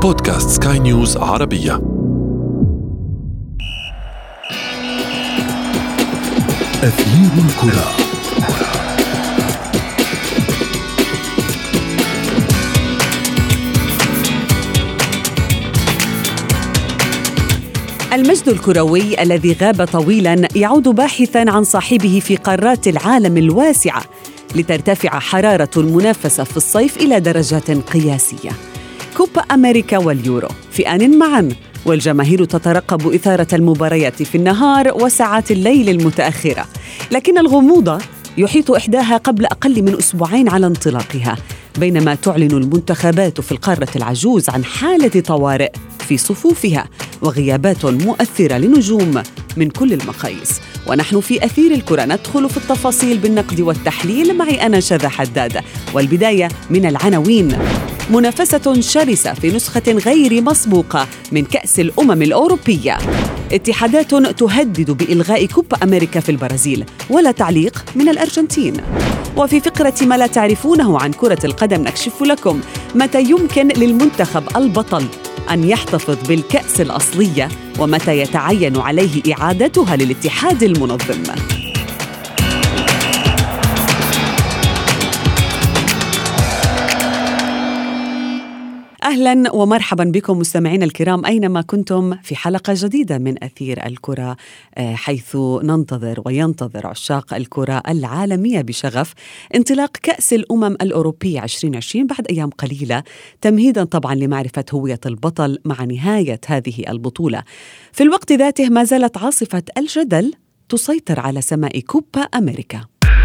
بودكاست سكاي نيوز عربية. أثير الكرة. المجد الكروي الذي غاب طويلاً يعود باحثاً عن صاحبه في قارات العالم الواسعة لترتفع حرارة المنافسة في الصيف إلى درجات قياسية. كوبا أمريكا واليورو في آن معاً، والجماهير تترقب إثارة المباريات في النهار وساعات الليل المتأخرة، لكن الغموض يحيط إحداها قبل أقل من أسبوعين على انطلاقها، بينما تعلن المنتخبات في القارة العجوز عن حالة طوارئ في صفوفها وغيابات مؤثرة لنجوم من كل المقاييس. ونحن في أثير الكرة ندخل في التفاصيل بالنقد والتحليل. معي أنا شذى حداد، والبداية من العناوين. منافسة شرسة في نسخة غير مسبوقة من كأس الأمم الأوروبية. اتحادات تهدد بإلغاء كوبا أمريكا في البرازيل، ولا تعليق من الأرجنتين. وفي فقرة ما لا تعرفونه عن كرة القدم نكشف لكم متى يمكن للمنتخب البطل أن يحتفظ بالكأس الأصلية، ومتى يتعين عليه إعادتها للاتحاد المنظم. أهلاً ومرحباً بكم مستمعين الكرام أينما كنتم في حلقة جديدة من أثير الكرة، حيث ننتظر وينتظر عشاق الكرة العالمية بشغف انطلاق كأس الأمم الأوروبية 2020 بعد أيام قليلة، تمهيداً طبعاً لمعرفة هوية البطل مع نهاية هذه البطولة. في الوقت ذاته ما زالت عاصفة الجدل تسيطر على سماء كوبا أمريكا.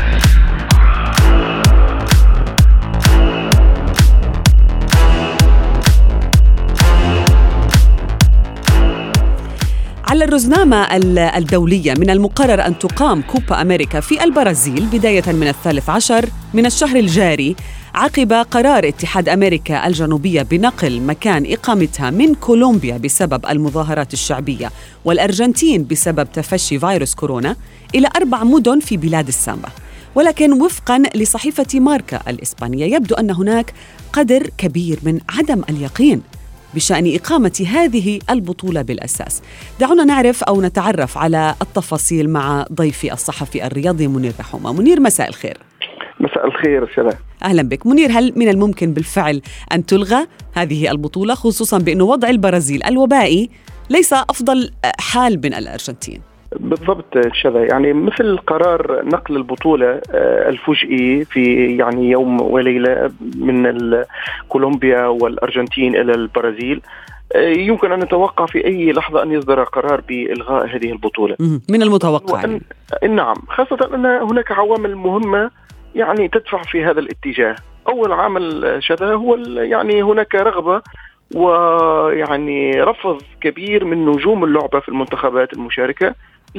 على الرزنامة الدولية من المقرر أن تقام كوبا أمريكا في البرازيل بداية من 13 من الشهر الجاري، عقب قرار اتحاد أمريكا الجنوبية بنقل مكان إقامتها من كولومبيا بسبب المظاهرات الشعبية والأرجنتين بسبب تفشي فيروس كورونا إلى 4 مدن في بلاد السامبا. ولكن وفقاً لصحيفة ماركا الإسبانية يبدو أن هناك قدر كبير من عدم اليقين بشأن إقامة هذه البطولة بالأساس. دعونا نعرف أو نتعرف على التفاصيل مع ضيفي الصحفي الرياضي منير رحومة. منير، مساء الخير. مساء الخير شذى. أهلا بك منير. هل من الممكن بالفعل أن تلغى هذه البطولة، خصوصا بأن وضع البرازيل الوبائي ليس أفضل حال من الأرجنتين؟ بالضبط شذى، يعني مثل قرار نقل البطولة الفجئي في يعني يوم وليلة من كولومبيا والأرجنتين إلى البرازيل، يمكن أن نتوقع في أي لحظة أن يصدر قرار بإلغاء هذه البطولة. من المتوقع نعم، خاصة أن هناك عوامل مهمة يعني تدفع في هذا الاتجاه. أول عامل شذى هو يعني هناك رغبة ويعني رفض كبير من نجوم اللعبة في المنتخبات المشاركة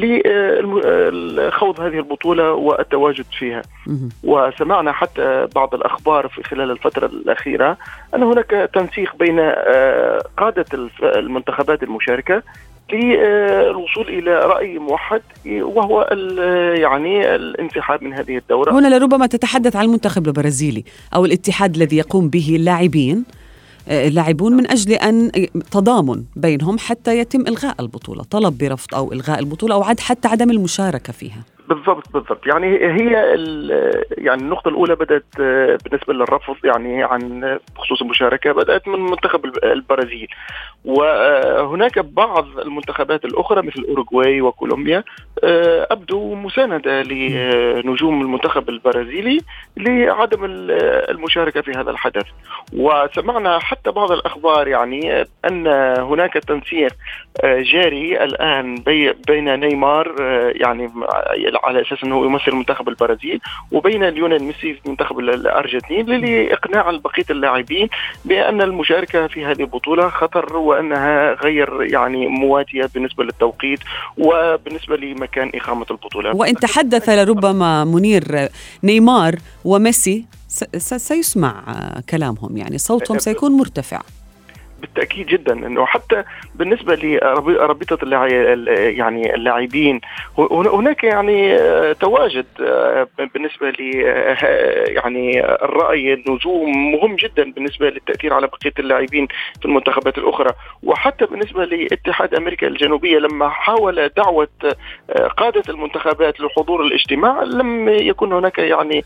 لخوض هذه البطولة والتواجد فيها. وسمعنا حتى بعض الأخبار في خلال الفترة الأخيرة أن هناك تنسيق بين قادة المنتخبات المشاركة للوصول إلى رأي موحد، وهو يعني الانسحاب من هذه الدورة. هنا لربما تتحدث عن المنتخب البرازيلي أو الاتحاد الذي يقوم به اللاعبون من أجل أن تضامن بينهم حتى يتم إلغاء البطولة، طلب برفض أو إلغاء البطولة أو حتى عدم المشاركة فيها. بالضبط. يعني هي يعني النقطة الأولى بدأت بالنسبة للرفض، يعني عن خصوص المشاركة، بدأت من منتخب البرازيل، وهناك بعض المنتخبات الأخرى مثل أوروغواي وكولومبيا أبدوا مساندة لنجوم المنتخب البرازيلي لعدم المشاركة في هذا الحدث. وسمعنا حتى بعض الأخبار يعني أن هناك تنسيق جاري الآن بين نيمار يعني على أساس أنه يمثل منتخب البرازيل وبين ليونيل ميسي في منتخب الأرجنتين لإقناع بقية اللاعبين بأن المشاركة في هذه البطولة خطر، وأنها غير يعني مواتية بالنسبة للتوقيت وبالنسبة لمكان إقامة البطولة. وإن تحدث لربما منير نيمار وميسي سيسمع كلامهم، يعني صوتهم سيكون مرتفع. بالتأكيد جدا أنه حتى بالنسبة لرابطة يعني اللاعبين هناك يعني تواجد بالنسبة ل يعني الرأي النجوم مهم جدا بالنسبة للتأثير على بقية اللاعبين في المنتخبات الأخرى. وحتى بالنسبة لاتحاد أمريكا الجنوبية لما حاول دعوة قادة المنتخبات لحضور الاجتماع لم يكن هناك يعني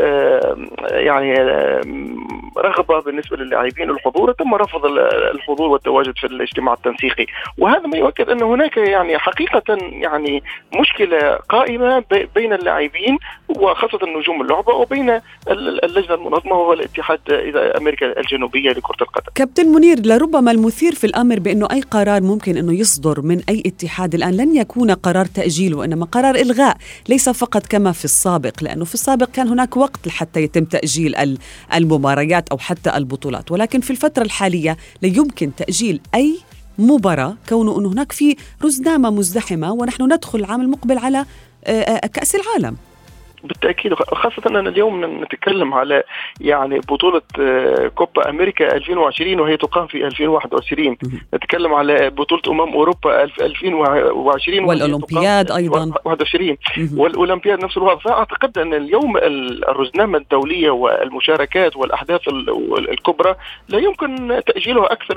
رغبة بالنسبة للاعبين الحضور، تم رفض الحضور والتواجد في الاجتماع التنسيقي. وهذا ما يؤكد أن هناك يعني حقيقة يعني مشكلة قائمة بين اللاعبين وخاصة نجوم اللعبة وبين اللجنة المنظمة والاتحاد أمريكا الجنوبية لكرة القدم. كابتن منير، لربما المثير في الأمر بأنه أي قرار ممكن أنه يصدر من أي اتحاد الآن لن يكون قرار تأجيل وإنما قرار إلغاء، ليس فقط كما في السابق، لأنه في السابق كان هناك وقت حتى يتم تأجيل المباريات أو حتى البطولات، ولكن في الفترة الحالية لا يمكن تأجيل أي مباراة كونه أنه هناك في رزنامة مزدحمة ونحن ندخل العام المقبل على كأس العالم. بالتأكيد، خاصة أن اليوم نتكلم على يعني بطولة كوبا أمريكا 2020 وهي تقام في 2021. نتكلم على بطولة أوروبا 2020 والأولمبياد أيضا 21 والأولمبياد نفس الوضع. فأعتقد أن اليوم الرزنامة الدولية والمشاركات والأحداث الكبرى لا يمكن تأجيلها أكثر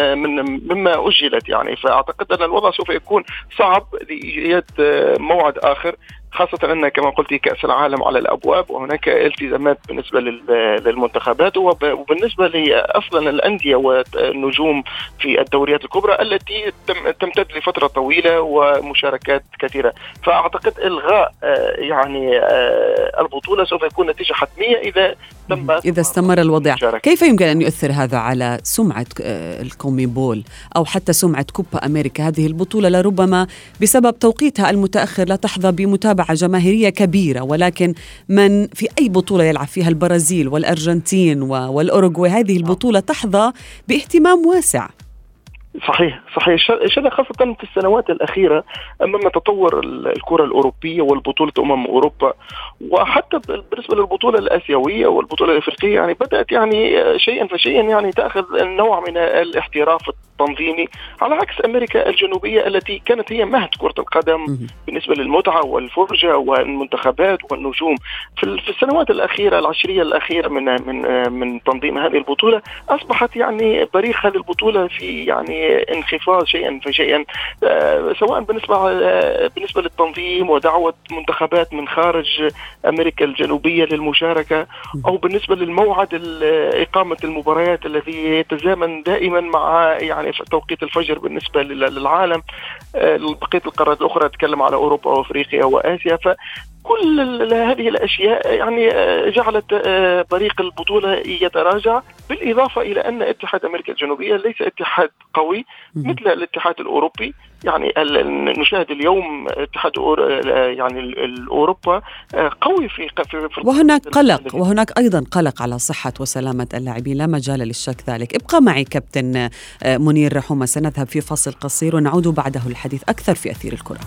مما أجلت يعني. فأعتقد أن الوضع سوف يكون صعب لإيجاد موعد آخر، خاصة أن كما قلت كأس العالم على الأبواب وهناك التزامات بالنسبة للمنتخبات وبالنسبة لأصلا الأندية والنجوم في الدوريات الكبرى التي تمتد لفترة طويلة ومشاركات كثيرة. فأعتقد إلغاء يعني البطولة سوف يكون نتيجة حتمية إذا استمر الوضع. كيف يمكن أن يؤثر هذا على سمعة الكوميبول أو حتى سمعة كوبا أمريكا؟ هذه البطولة لربما بسبب توقيتها المتأخر لا تحظى بمتابعة جماهيرية كبيرة، ولكن من في أي بطولة يلعب فيها البرازيل والأرجنتين والأوروغواي هذه البطولة تحظى باهتمام واسع. صحيح خاصة في السنوات الأخيرة أمام تطور الكرة الأوروبية والبطولة أوروبا وحتى بالنسبة للبطولة الآسيوية والبطولة الأفريقية يعني بدأت يعني شيئا فشيئا يعني تأخذ نوع من الاحتراف التنظيمي، على عكس أمريكا الجنوبية التي كانت هي مهد كرة القدم بالنسبة للمتعة والفرجة والمنتخبات والنجوم. في السنوات الأخيرة العشرية الأخيرة من تنظيم هذه البطولة أصبحت يعني بريخة للبطولة في يعني انخفاض شيئا فشيئا، سواء بالنسبة للتنظيم ودعوة منتخبات من خارج أمريكا الجنوبية للمشاركة، أو بالنسبة للموعد إقامة المباريات الذي يتزامن دائما مع يعني في توقيت الفجر بالنسبة للعالم. بقية القارات الأخرى تتكلم على أوروبا وأفريقيا وآسيا. كل هذه الأشياء يعني جعلت بريق البطولة يتراجع، بالإضافة إلى أن اتحاد أمريكا الجنوبية ليس اتحاد قوي مثل الاتحاد الأوروبي. يعني نشاهد اليوم اتحاد يعني الأوروبا قوي في وهناك قلق، وهناك أيضا قلق على صحة وسلامة اللاعبين، لا مجال للشك ذلك. ابقى معي كابتن منير رحومة، سنذهب في فاصل قصير ونعود بعده الحديث أكثر في أثير الكرة.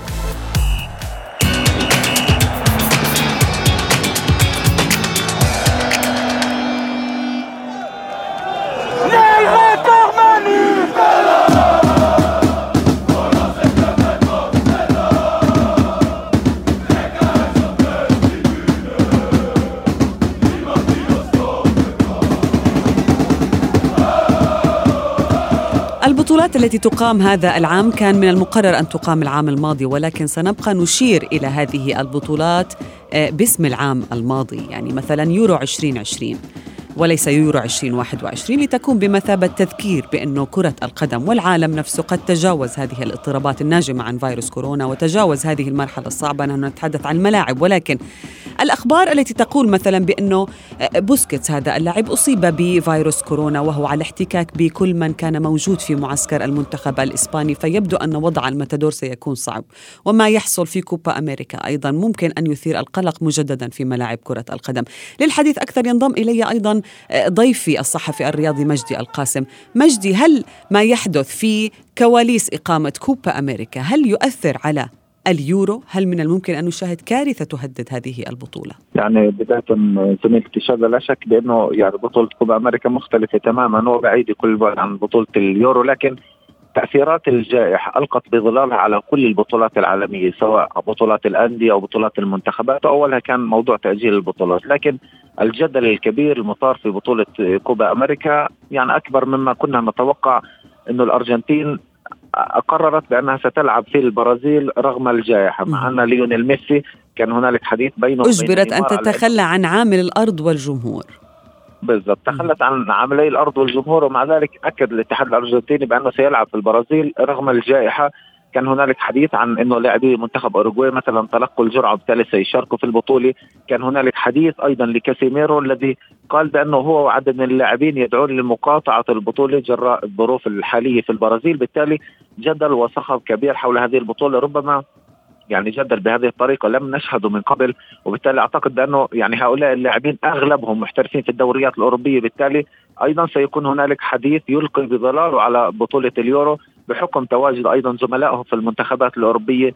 البطولات التي تقام هذا العام كان من المقرر أن تقام العام الماضي، ولكن سنبقى نشير إلى هذه البطولات باسم العام الماضي، يعني مثلا يورو 2020 وليس يورو 2021، لتكون بمثابة تذكير بأنه كرة القدم والعالم نفسه قد تجاوز هذه الاضطرابات الناجمة عن فيروس كورونا وتجاوز هذه المرحلة الصعبة. نحن نتحدث عن الملاعب، ولكن الأخبار التي تقول مثلا بأنه بوسكيتس هذا اللاعب أصيب بفيروس كورونا وهو على احتكاك بكل من كان موجود في معسكر المنتخب الإسباني، فيبدو أن وضع الماتادور سيكون صعب. وما يحصل في كوبا أمريكا أيضا ممكن أن يثير القلق مجددا في ملاعب كرة القدم. للحديث أكثر ينضم إلي أيضا ضيفي الصحفي الرياضي مجدي القاسم. مجدي، هل ما يحدث في كواليس إقامة كوبا أمريكا هل يؤثر على اليورو؟ هل من الممكن أن نشاهد كارثة تهدد هذه البطولة؟ يعني بداية زميلتي شادة، لا شك بأنه يعني بطولة كوبا أمريكا مختلفة تماما وبعيدة كل البعد عن بطولة اليورو، لكن تأثيرات الجائحة ألقت بظلالها على كل البطولات العالمية، سواء بطولات الأندية أو بطولات المنتخبات. أولها كان موضوع تأجيل البطولات، لكن الجدل الكبير المطار في بطولة كوبا أمريكا يعني أكبر مما كنا نتوقع. إنه الأرجنتين قررت بأنها ستلعب في البرازيل رغم الجائحة، مع أن ليونيل ميسي كان هنالك حديث بينه أجبرت أن تتخلى عن عامل الأرض والجمهور. بالضبط، تخلت عن عاملي الأرض والجمهور، ومع ذلك أكد الاتحاد الأرجنتيني بأنه سيلعب في البرازيل رغم الجائحة. كان هنالك حديث عن أنه لاعبي منتخب أوروغواي مثلا تلقوا الجرعة وبالتالي سيشاركوا في البطولة. كان هنالك حديث أيضا لكاسيميرو الذي قال بأنه هو وعدد من اللاعبين يدعون لمقاطعة البطولة جراء الظروف الحالية في البرازيل. بالتالي جدل وصخب كبير حول هذه البطولة، ربما يعني جدل بهذه الطريقة لم نشهده من قبل، وبالتالي أعتقد بأنه يعني هؤلاء اللاعبين أغلبهم محترفين في الدوريات الأوروبية. بالتالي أيضا سيكون هنالك حديث يلقي بظلاله على بطولة اليورو بحكم تواجد أيضا زملائه في المنتخبات الأوروبية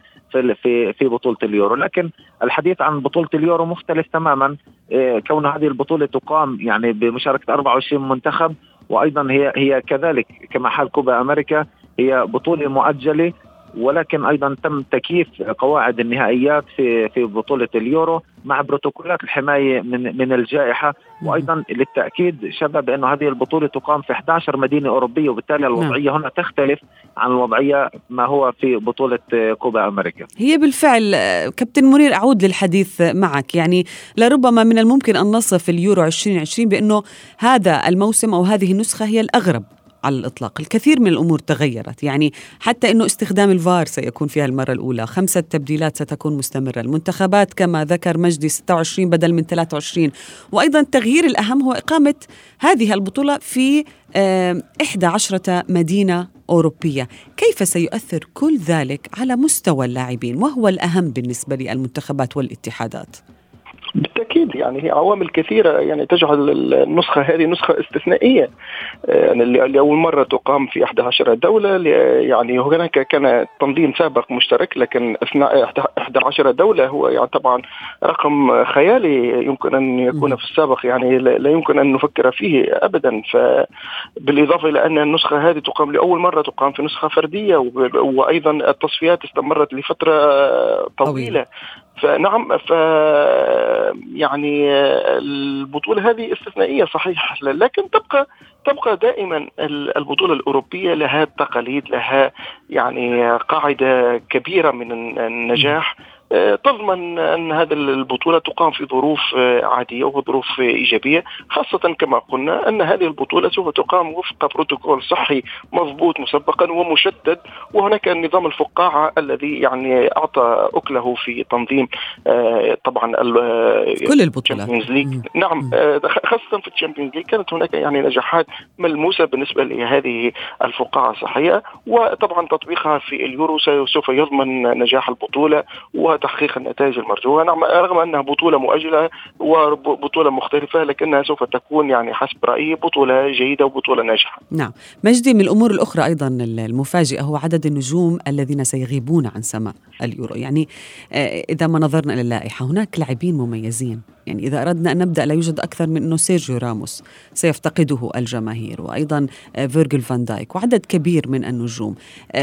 في بطولة اليورو. لكن الحديث عن بطولة اليورو مختلف تماما، كون هذه البطولة تقام يعني بمشاركة 24 منتخب، وأيضا هي كذلك كما حال كوبا أمريكا هي بطولة مؤجلة، ولكن أيضا تم تكييف قواعد النهائيات في بطولة اليورو مع بروتوكولات الحماية من الجائحة. وأيضا للتأكيد شباب أنه هذه البطولة تقام في 11 مدينة أوروبية، وبالتالي الوضعية هنا تختلف عن الوضعية ما هو في بطولة كوبا أمريكا. هي بالفعل كابتن منير، أعود للحديث معك. يعني لربما من الممكن أن نصف اليورو 2020 بأنه هذا الموسم أو هذه النسخة هي الأغرب على الإطلاق. الكثير من الأمور تغيرت، يعني حتى أنه استخدام الفار سيكون فيها المرة الأولى، 5 تبديلات ستكون مستمرة، المنتخبات كما ذكر مجدي 26 بدل من 23، وأيضا التغيير الأهم هو إقامة هذه البطولة في 11 مدينة أوروبية. كيف سيؤثر كل ذلك على مستوى اللاعبين، وهو الأهم بالنسبة للمنتخبات والاتحادات؟ بالتأكيد يعني هي عوامل كثيرة يعني تجعل النسخة هذه نسخة استثنائية، يعني لأول مرة تقام في 11 دولة. يعني هناك كان تنظيم سابق مشترك، لكن أثناء 11 دولة هو يعني طبعا رقم خيالي يمكن أن يكون في السابق، يعني لا يمكن أن نفكر فيه أبدا. فبالإضافة إلى أن النسخة هذه تقام لأول مرة تقام في نسخة فردية، وأيضا التصفيات استمرت لفترة طويلة. فنعم، يعني البطولة هذه استثنائية صحيح، لكن تبقى دائما البطولة الأوروبية لها تقاليد، لها يعني قاعدة كبيرة من النجاح تضمن أن هذه البطولة تقام في ظروف عادية وظروف إيجابية، خاصة كما قلنا أن هذه البطولة سوف تقام وفق بروتوكول صحي مضبوط مسبقا ومشدد، وهناك النظام الفقاعة الذي يعني أعطى أكله في تنظيم طبعا كل البطولات. نعم، خاصة في الشامبيونز ليج كانت هناك يعني نجاحات ملموسة بالنسبة لهذه الفقاعة الصحية، وطبعا تطبيقها في اليورو سوف يضمن نجاح البطولة وتحقيق النتائج المرجوة. نعم، رغم أنها بطولة مؤجلة وبطولة مختلفة، لكنها سوف تكون يعني حسب رأيي بطولة جيدة وبطولة ناجحة. نعم مجدي، من الأمور الأخرى أيضا المفاجئة هو عدد النجوم الذين سيغيبون عن سماء اليورو. يعني إذا ما نظرنا إلى اللائحة هناك لاعبين مميزين، يعني إذا أردنا أن نبدأ لا يوجد أكثر من أنه سيرجيو راموس سيفتقده الجماهير، وأيضا فيرجل فان دايك، وعدد كبير من النجوم.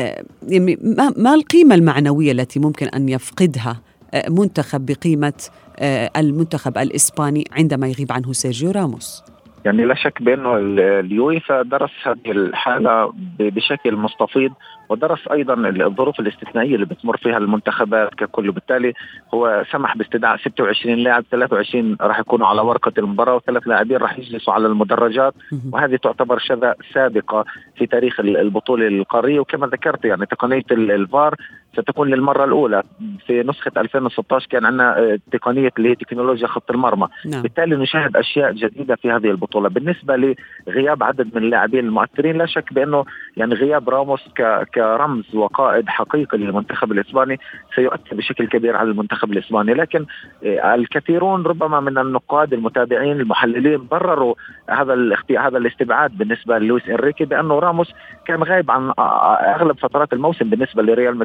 ما القيمة المعنوية التي ممكن أن يفقدها منتخب بقيمة المنتخب الإسباني عندما يغيب عنه سيرجيو راموس؟ يعني لا شك بأنه اليويفا درس هذه الحالة بشكل مستفيض، ودرس أيضا الظروف الاستثنائية اللي بتمر فيها المنتخبات ككل. بالتالي هو سمح باستدعاء 26 لاعب، 23 راح يكونوا على ورقة المباراة و3 لاعبين راح يجلسوا على المدرجات، وهذه تعتبر شذا سابقة في تاريخ البطولة القارية. وكما ذكرت يعني تقنية الفار ستكون للمرة الأولى في نسخة 2016 كان عندنا تقنية اللي هي تكنولوجيا خط المرمى. بالتالي نشاهد أشياء جديدة في هذه البطولة. بالنسبة لغياب عدد من اللاعبين المؤثرين، لا شك بأنه يعني غياب راموس كرمز وقائد حقيقي للمنتخب الإسباني سيؤثر بشكل كبير على المنتخب الإسباني. لكن الكثيرون ربما من النقاد المتابعين المحللين برروا هذا الاستبعاد بالنسبة للويس إنريكي بأنه راموس كان غايب عن أغلب فترات الموسم بالنسبة لريال مدريد، وبالتالي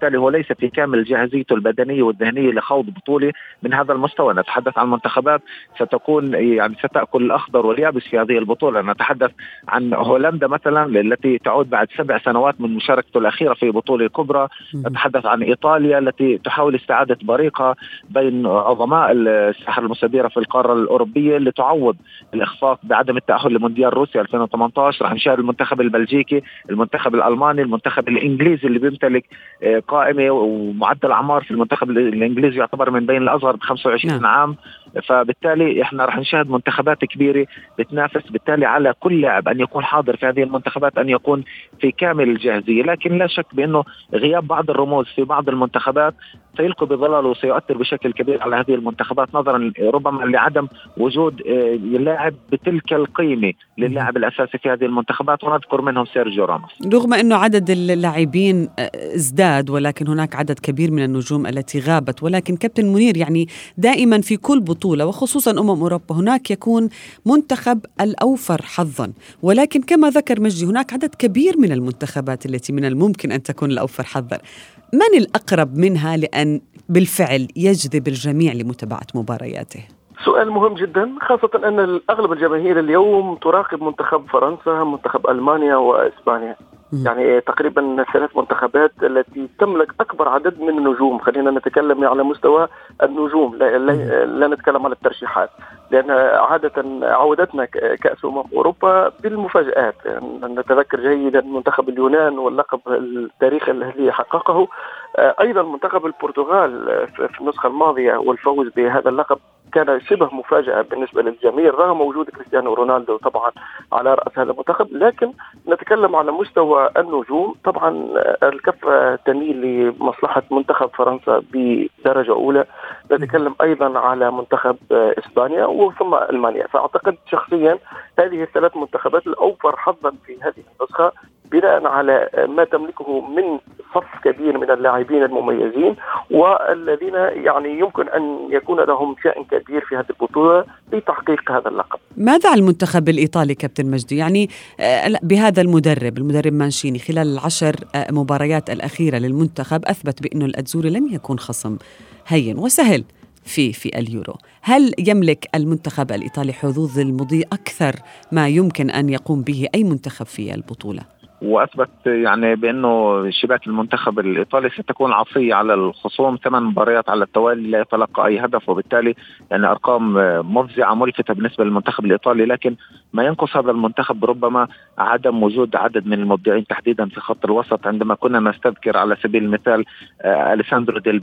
فبالتالي هو ليس في كامل جاهزيته البدنية والذهنية لخوض بطولة من هذا المستوى. نتحدث عن منتخبات ستكون يعني ستأكل الأخضر واليابس في هذه البطولة. نتحدث عن هولندا مثلا التي تعود بعد 7 سنوات من مشاركته الأخيرة في بطولة كبرى. نتحدث عن إيطاليا التي تحاول استعادة بريقها بين عظماء الساحة المستديرة في القارة الأوروبية لتعوض الإخفاق بعدم التأهل لمونديال روسيا 2018. راح نشاهد المنتخب البلجيكي، المنتخب الألماني، المنتخب الإنجليزي اللي بيمتلك قائمة ومعدل أعمار في المنتخب الإنجليزي يعتبر من بين الأصغر ب25 عام. فبالتالي احنا راح نشاهد منتخبات كبيرة بتنافس، بالتالي على كل لاعب أن يكون حاضر في هذه المنتخبات أن يكون في كامل الجاهزية. لكن لا شك بأنه غياب بعض الرموز في بعض المنتخبات سيلقي بظلاله وسيؤثر بشكل كبير على هذه المنتخبات، نظرا ربما لعدم وجود لاعب بتلك القيمة للاعب الأساسي في هذه المنتخبات، ونذكر منهم سيرجيو راموس. رغم أنه عدد اللاعبين ازداد ولكن هناك عدد كبير من النجوم التي غابت. ولكن كابتن منير، يعني دائما في كل بطولة وخصوصا أوروبا هناك يكون منتخب الأوفر حظا، ولكن كما ذكر مجدي هناك عدد كبير من المنتخبات التي من الممكن أن تكون الأوفر حظا. من الأقرب منها لأن بالفعل يجذب الجميع لمتابعة مبارياته؟ سؤال مهم جدا، خاصة أن أغلب الجماهير اليوم تراقب منتخب فرنسا، منتخب ألمانيا وإسبانيا. يعني تقريبا 3 منتخبات التي تملك أكبر عدد من النجوم. خلينا نتكلم على مستوى النجوم، لا نتكلم على الترشيحات، لأن عادة عودتنا كأس أوروبا بالمفاجآت. يعني نتذكر جيدا منتخب اليونان واللقب التاريخي الذي حققه، أيضا منتخب البرتغال في النسخة الماضية والفوز بهذا اللقب كان شبه مفاجأة بالنسبة للجميع رغم وجود كريستيانو رونالدو طبعا على رأس هذا المنتخب. لكن نتكلم على مستوى النجوم، طبعا الكفة تميل لمصلحة منتخب فرنسا بدرجة أولى. نتكلم أيضا على منتخب إسبانيا وثم ألمانيا. فأعتقد شخصيا هذه ال3 منتخبات الأوفر حظا في هذه النسخة بناء على ما تملكه من صف كبير من اللاعبين المميزين والذين يعني يمكن أن يكون لهم شأن كبير في هذه البطولة لتحقيق هذا اللقب. ماذا عن المنتخب الإيطالي كابتن مجدي؟ يعني بهذا المدرب مانشيني خلال 10 مباريات الأخيرة للمنتخب أثبت بأنه الأتزوري لم يكون خصم هين وسهل في اليورو. هل يملك المنتخب الإيطالي حظوظ المضي أكثر ما يمكن أن يقوم به أي منتخب في البطولة؟ وأثبت يعني بأنه شباك المنتخب الإيطالي ستكون عصية على الخصوم. 8 مباريات على التوالي لا يتلقى أي هدف، وبالتالي يعني أرقام مفزعة ملفتة بالنسبة للمنتخب الإيطالي. لكن ما ينقص هذا المنتخب ربما عدم وجود عدد من المبدعين تحديدا في خط الوسط. عندما كنا نستذكر على سبيل المثال أليساندرو ديل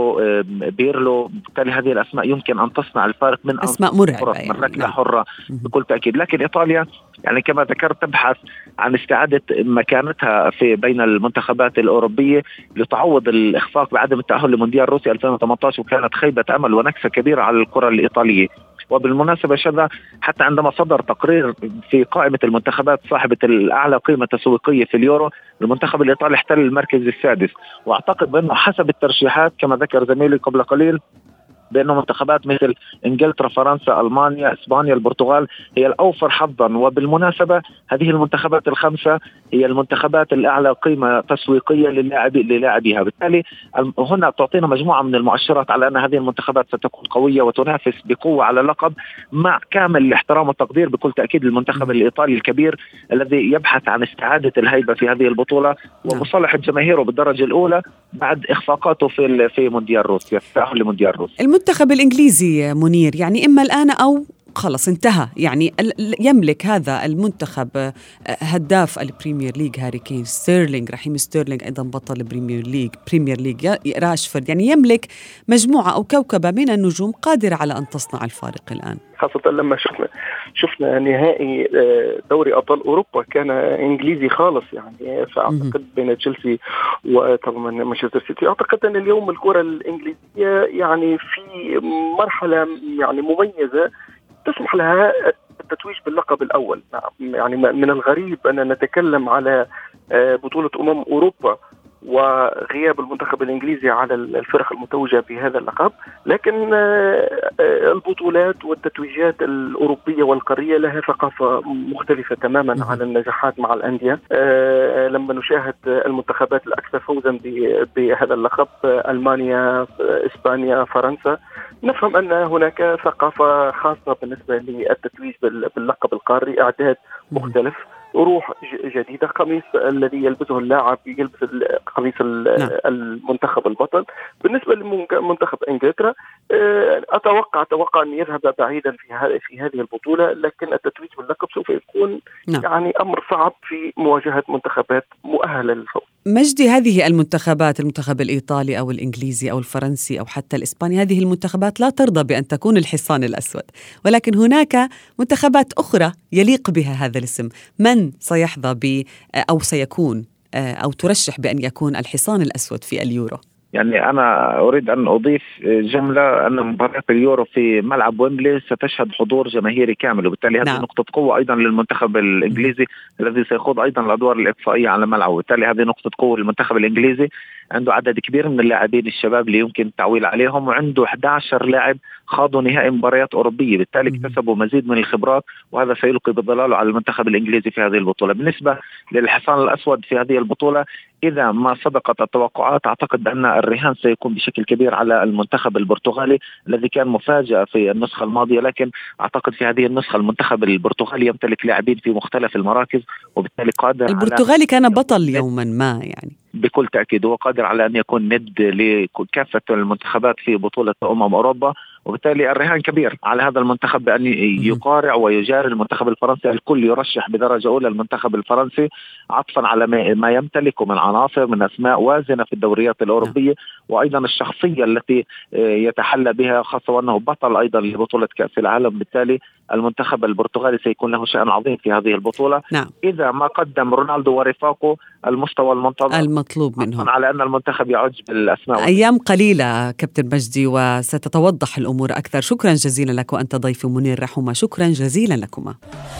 بيرلو، بالتالي هذه الأسماء يمكن أن تصنع الفارق من أسماء مرعبة من ركلة حرة بكل تأكيد. لكن إيطاليا يعني كما ذكرت تبحث عن استعادة مكانتها في بين المنتخبات الأوروبية لتعوض الإخفاق بعدم التأهل لمونديال روسيا 2018، وكانت خيبة أمل ونكسة كبيرة على الكرة الإيطالية. وبالمناسبة شذا حتى عندما صدر تقرير في قائمة المنتخبات صاحبة الأعلى قيمة تسويقية في اليورو، المنتخب الإيطالي احتل المركز السادس. وأعتقد بأنه حسب الترشيحات كما ذكر زميلي قبل قليل بأنه منتخبات مثل إنجلترا، فرنسا، ألمانيا، إسبانيا، البرتغال هي الأوفر حظا. وبالمناسبة هذه المنتخبات ال5 هي المنتخبات الأعلى قيمة تسويقية للاعبيها. بالتالي هنا تعطينا مجموعة من المؤشرات على أن هذه المنتخبات ستكون قوية وتنافس بقوة على اللقب، مع كامل الاحترام والتقدير بكل تأكيد المنتخب الإيطالي الكبير الذي يبحث عن استعادة الهيبة في هذه البطولة ومصالحة جماهيره بالدرجة الأولى بعد إخفاقاته في مونديال روسيا، في التأهل لمونديال روسيا. المنتخب الإنجليزي منير يعني إما الآن أو خلص انتهى. يعني يملك هذا المنتخب هداف البريمير ليج هاري كين، ستيرلينج، رحيم ستيرلينج أيضا بطل بريمير ليج راشفورد. يعني يملك مجموعة أو كوكبة من النجوم قادرة على أن تصنع الفارق الآن، خاصة لما شفنا نهائي دوري أبطال أوروبا كان إنجليزي خالص. يعني فأعتقد بين تشيلسي وطبعا مانشستر سيتي، أعتقد أن اليوم الكرة الإنجليزية يعني في مرحلة يعني مميزة تسمح لها التتويج باللقب الأول. يعني من الغريب أن نتكلم على بطولة أوروبا وغياب المنتخب الإنجليزي على الفرق المتوجة بهذا اللقب، لكن البطولات والتتويجات الأوروبية والقارية لها ثقافة مختلفة تماما عن النجاحات مع الأندية. لما نشاهد المنتخبات الأكثر فوزا بهذا اللقب، ألمانيا، إسبانيا، فرنسا، نفهم أن هناك ثقافة خاصة بالنسبة للتتويج باللقب القاري، إعداد مختلف، روح جديدة. قميص الذي يلبسه اللاعب يلبس قميص المنتخب البطل. بالنسبة لمنتخب إنجلترا، أتوقع أن يذهب بعيدا في هذه البطولة، لكن التتويج باللقب سوف يكون يعني أمر صعب في مواجهة منتخبات مؤهلة للفوز. مجدي، هذه المنتخبات، المنتخب الإيطالي أو الإنجليزي أو الفرنسي أو حتى الإسباني، هذه المنتخبات لا ترضى بأن تكون الحصان الأسود، ولكن هناك منتخبات أخرى يليق بها هذا الاسم. من سيحظى أو سيكون أو ترشح بأن يكون الحصان الأسود في اليورو؟ يعني أنا أريد أن أضيف جملة، أن مباراة اليورو في ملعب ويمبلي ستشهد حضور جماهيري كامل، وبالتالي هذه نقطة قوة أيضا للمنتخب الإنجليزي الذي سيخوض أيضا الأدوار الإقصائية على ملعبه. وبالتالي هذه نقطة قوة للمنتخب الإنجليزي، عنده عدد كبير من اللاعبين الشباب اللي يمكن التعويل عليهم، وعنده 11 لاعب خاضوا نهائي مباريات أوروبية، بالتالي اكتسبوا مزيد من الخبرات، وهذا سيلقي بظلاله على المنتخب الإنجليزي في هذه البطولة. بالنسبة للحصان الأسود في هذه البطولة، إذا ما سبقت التوقعات، أعتقد أن الرهان سيكون بشكل كبير على المنتخب البرتغالي الذي كان مفاجأة في النسخة الماضية، لكن أعتقد في هذه النسخة المنتخب البرتغالي يمتلك لاعبين في مختلف المراكز، وبالتالي قادر. البرتغالي كان بطل يوما ما، يعني بكل تأكيد هو قادر على أن يكون ند لكافة المنتخبات في بطولة أوروبا، وبالتالي الرهان كبير على هذا المنتخب بأن يقارع ويجاري المنتخب الفرنسي. الكل يرشح بدرجة أولى المنتخب الفرنسي عطفا على ما يمتلكه من عناصر، من أسماء وازنة في الدوريات الأوروبية، وأيضا الشخصية التي يتحلى بها، خاصة وأنه بطل أيضا لبطولة كأس العالم. بالتالي المنتخب البرتغالي سيكون له شأن عظيم في هذه البطولة. إذا ما قدم رونالدو ورفاقه المستوى المطلوب منهم، على أن المنتخب يعج بالأسماء. أيام قليلة كابتن مجدي وستتوضح الأمور أكثر. شكرا جزيلا لك، وأنت ضيف منير رحومة. شكرا جزيلا لكما.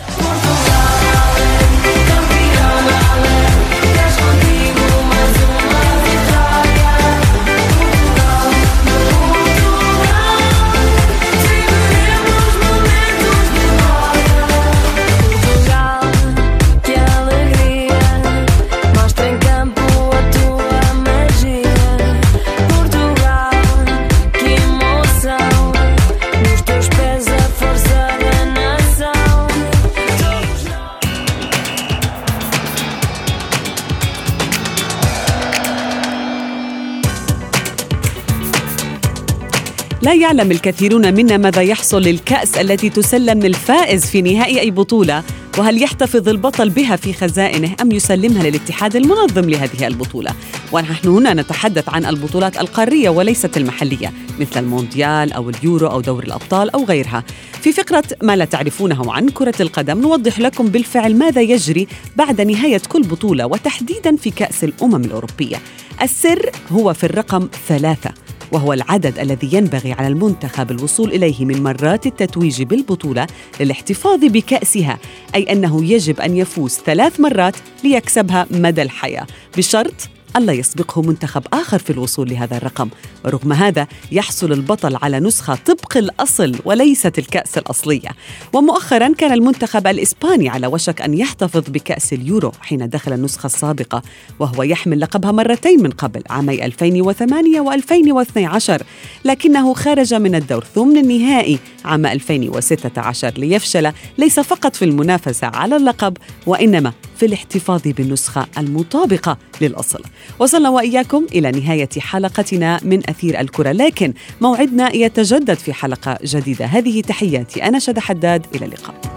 لا يعلم الكثيرون منا ماذا يحصل للكأس التي تسلم للفائز في نهائي أي بطولة، وهل يحتفظ البطل بها في خزائنه أم يسلمها للاتحاد المنظم لهذه البطولة. ونحن هنا نتحدث عن البطولات القارية وليست المحلية، مثل المونديال أو اليورو أو دوري الأبطال أو غيرها. في فقرة ما لا تعرفونه عن كرة القدم نوضح لكم بالفعل ماذا يجري بعد نهاية كل بطولة، وتحديدا في كأس الأمم الأوروبية. السر هو في الرقم 3، وهو العدد الذي ينبغي على المنتخب الوصول إليه من مرات التتويج بالبطولة للاحتفاظ بكأسها، أي أنه يجب أن يفوز 3 مرات ليكسبها مدى الحياة، بشرط ألا يسبقه منتخب آخر في الوصول لهذا الرقم. ورغم هذا يحصل البطل على نسخة طبق الأصل وليست الكأس الأصلية. ومؤخرا كان المنتخب الإسباني على وشك أن يحتفظ بكأس اليورو حين دخل النسخة السابقة، وهو يحمل لقبها مرتين من قبل، عامي 2008 و2012، لكنه خرج من الدور ثمن النهائي عام 2016 ليفشل ليس فقط في المنافسة على اللقب، وإنما في الاحتفاظ بالنسخة المطابقة للأصل. وصلنا وإياكم إلى نهاية حلقتنا من أثير الكرة، لكن موعدنا يتجدد في حلقة جديدة. هذه تحياتي، أنا شذى حداد، إلى اللقاء.